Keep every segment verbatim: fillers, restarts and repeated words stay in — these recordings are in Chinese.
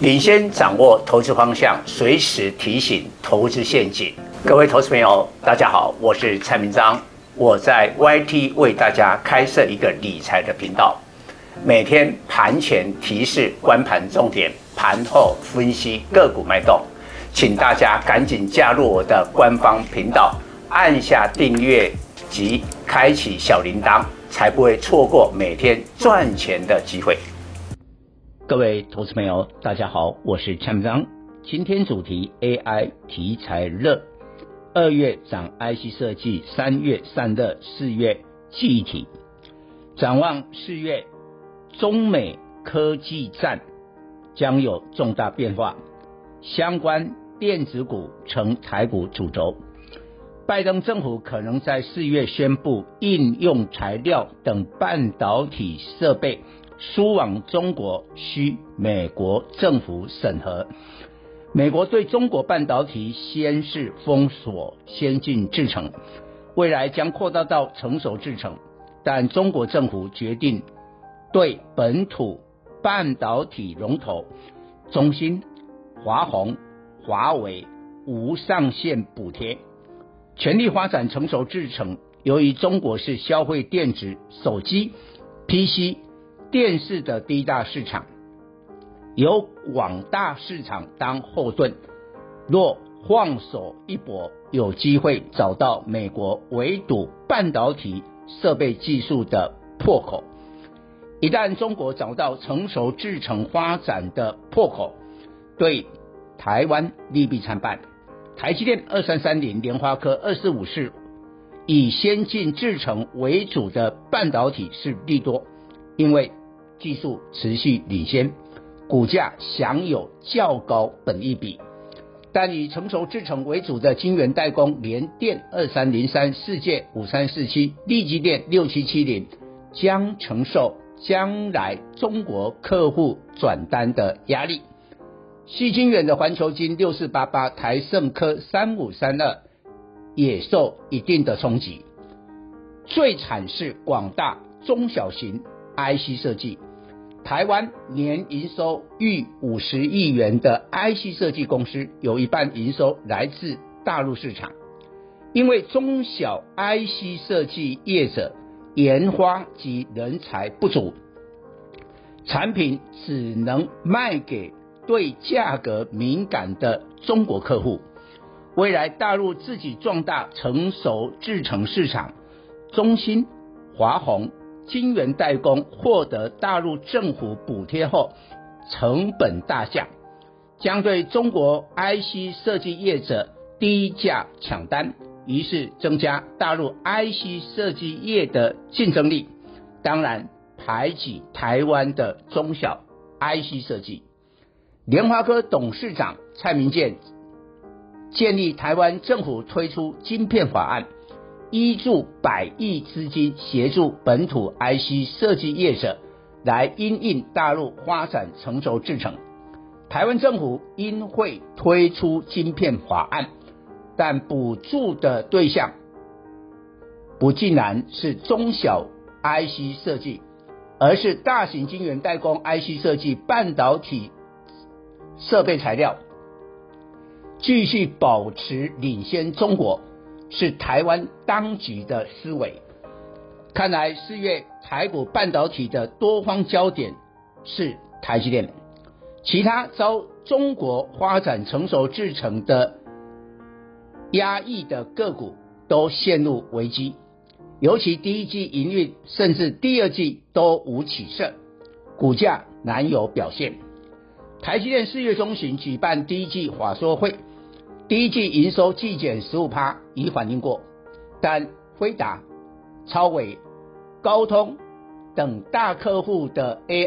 领先掌握投资方向，随时提醒投资陷阱。各位投资朋友，大家好，我是蔡明彰，我在 Y T 为大家开设一个理财的频道，每天盘前提示观盘重点，盘后分析个股脉动，请大家赶紧加入我的官方频道，按下订阅及开启小铃铛，才不会错过每天赚钱的机会。各位投资朋友，大家好，我是蔡明彰。今天主题 A I 题材热，二月涨 I C 设计，三月散热，四月记忆体。展望四月，中美科技战将有重大变化，相关电子股成台股主轴。拜登政府可能在四月宣布应用材料等半导体设备输往中国需美国政府审核。美国对中国半导体先是封锁先进制程，未来将扩大到成熟制程，但中国政府决定对本土半导体龙头中芯、华虹、华为无上限补贴，全力发展成熟制程。由于中国是消费电子、手机、P C、电视的第一大市场，有广大市场当后盾，若放手一搏，有机会找到美国围堵半导体设备技术的破口。一旦中国找到成熟制程发展的破口，对台湾利弊参半。台积电二三三零、联发科二四五四以先进制程为主的半导体是利多，因为技术持续领先，股价享有较高本益比。但以成熟制程为主的晶圆代工，联电二三零三、世界五三四七、力积电六七七零将承受将来中国客户转单的压力。矽晶圆的环球晶六四八八、台盛科三五三二也受一定的冲击。最惨是广大中小型 I C 设计，台湾年营收逾五十亿元的 I C 设计公司，有一半营收来自大陆市场。因为中小 I C 设计业者研发及人才不足，产品只能卖给对价格敏感的中国客户。未来大陆自己壮大成熟制程市场，中芯、华虹、晶圆代工获得大陆政府补贴后，成本大降，将对中国 I C 设计业者低价抢单，于是增加大陆 I C 设计业的竞争力，当然排挤台湾的中小 I C 设计。联发科董事长蔡明介建议台湾政府推出晶片法案，挹注百亿资金协助本土 I C 设计业者来因应大陆发展成熟制程。台湾政府应会推出晶片法案，但补助的对象不尽然是中小 I C 设计，而是大型晶圆代工 I C 设计、半导体设备材料。继续保持领先中国是台湾当局的思维。看来四月台股半导体的多方焦点是台积电，其他遭中国发展成熟制程的压抑的个股都陷入危机，尤其第一季营运甚至第二季都无起色，股价难有表现。台积电四月中旬举办第一季法说会，第一季营收季减 百分之十五 已反映过，但辉达、超微、高通等大客户的 A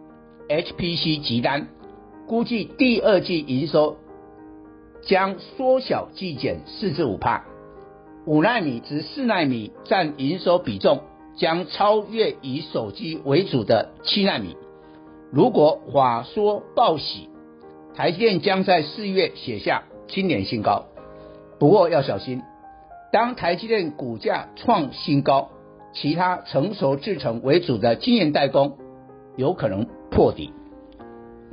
I、H P C 急单，估计第二季营收将缩小季减 百分之四至五， 五奈米至四奈米占营收比重将超越以手机为主的七奈米。如果法说报喜，台积电将在四月写下今年新高。不过要小心，当台积电股价创新高，其他成熟制程为主的晶圆代工有可能破底。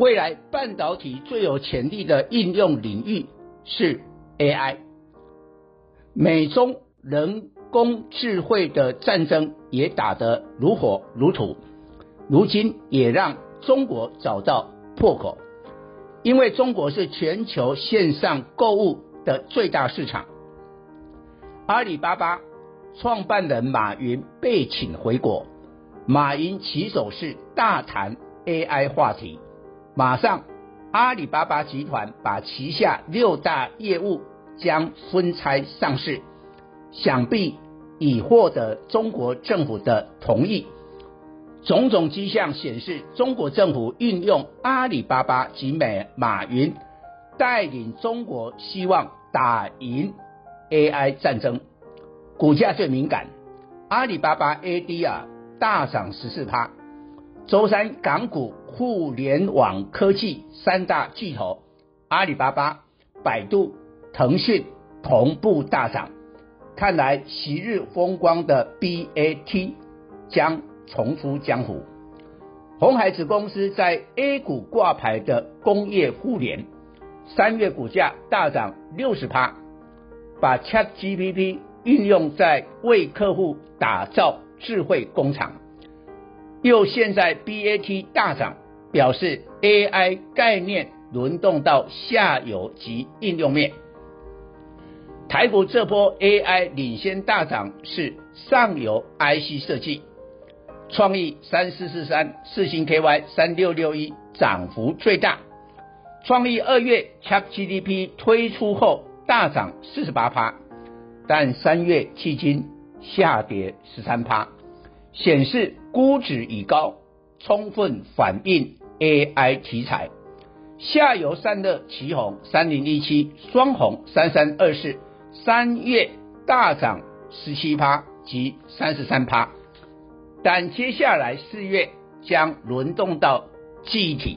未来半导体最有潜力的应用领域是 A I。美中人工智慧的战争也打得如火如荼，如今也让中国找到破口，因为中国是全球线上购物的最大市场。阿里巴巴创办人马云被请回国，马云起手式大谈 A I 话题，马上阿里巴巴集团把旗下六大业务将分拆上市，想必已获得中国政府的同意。种种迹象显示，中国政府运用阿里巴巴及美马云带领中国，希望打赢 A I 战争。股价最敏感，阿里巴巴 A D R 大涨 百分之十四， 周三港股互联网科技三大巨头阿里巴巴、百度、腾讯同步大涨，看来昔日风光的 B A T 将重出江湖。鸿海子公司在 A 股挂牌的工业互联，三月股价大涨 百分之六十， 把 ChatGPT 运用在为客户打造智慧工厂。又现在 B A T 大涨，表示 A I 概念轮动到下游及应用面。台股这波 A I 领先大涨是上游 I C 设计，创意三四四三、世芯 K Y 三六六一涨幅最大。创意二月 ChatGPT 推出后大涨 百分之四十八， 但三月迄今下跌 百分之十三， 显示估值已高，充分反映 A I 题材。下游散热奇鋐三零一七、双红三三二四三月大涨 百分之十七 及 百分之三十三， 但接下来四月将轮动到记忆体。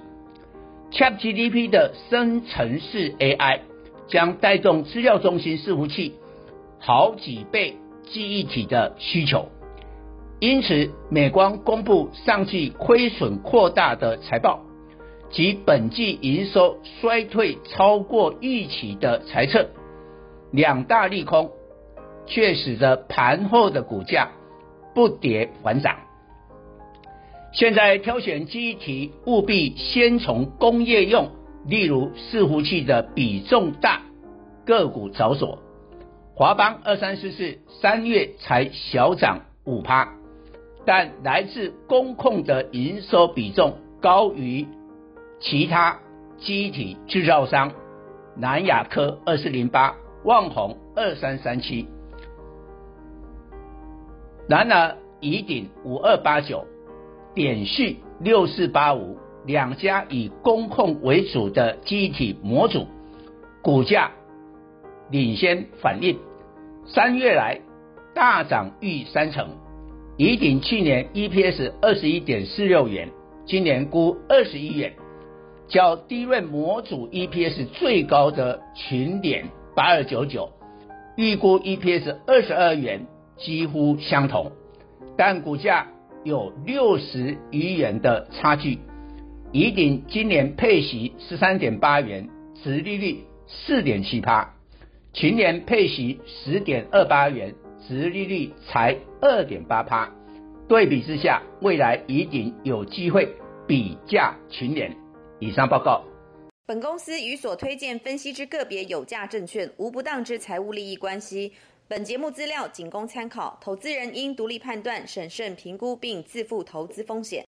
ChatGPT 的生成式 A I 将带动资料中心伺服器好几倍记忆体的需求，因此美光公布上季亏损扩大的财报及本季营收衰退超过预期的财测，两大利空却使得盘后的股价不跌反涨。现在挑选记忆体务必先从工业用，例如伺服器的比重大个股着手。华邦二三四四三月才小涨 百分之五， 但来自工控的营收比重高于其他记忆体制造商，南亚科二四零八、旺宏二三三七，然而宜鼎五二八九、点序六四八五两家以工控为主的记忆体模组股价领先反应，三月来大涨逾三成。宜鼎去年 E P S 二十一点四六元，今年估二十一元，较低润模组 E P S 最高的群联八二九九，预估 E P S 二十二元，几乎相同，但股价有六十余元的差距。宜鼎今年配息 十三点八元，殖利率 四点七， 群联配息 十点二八元，殖利率才 二点八， 对比之下，未来宜鼎有机会比价群联。以上报告。 本公司与所推荐分析之个别有价证券无不当之财务利益关系。本节目资料仅供参考，投资人应独立判断、审慎评估并自负投资风险。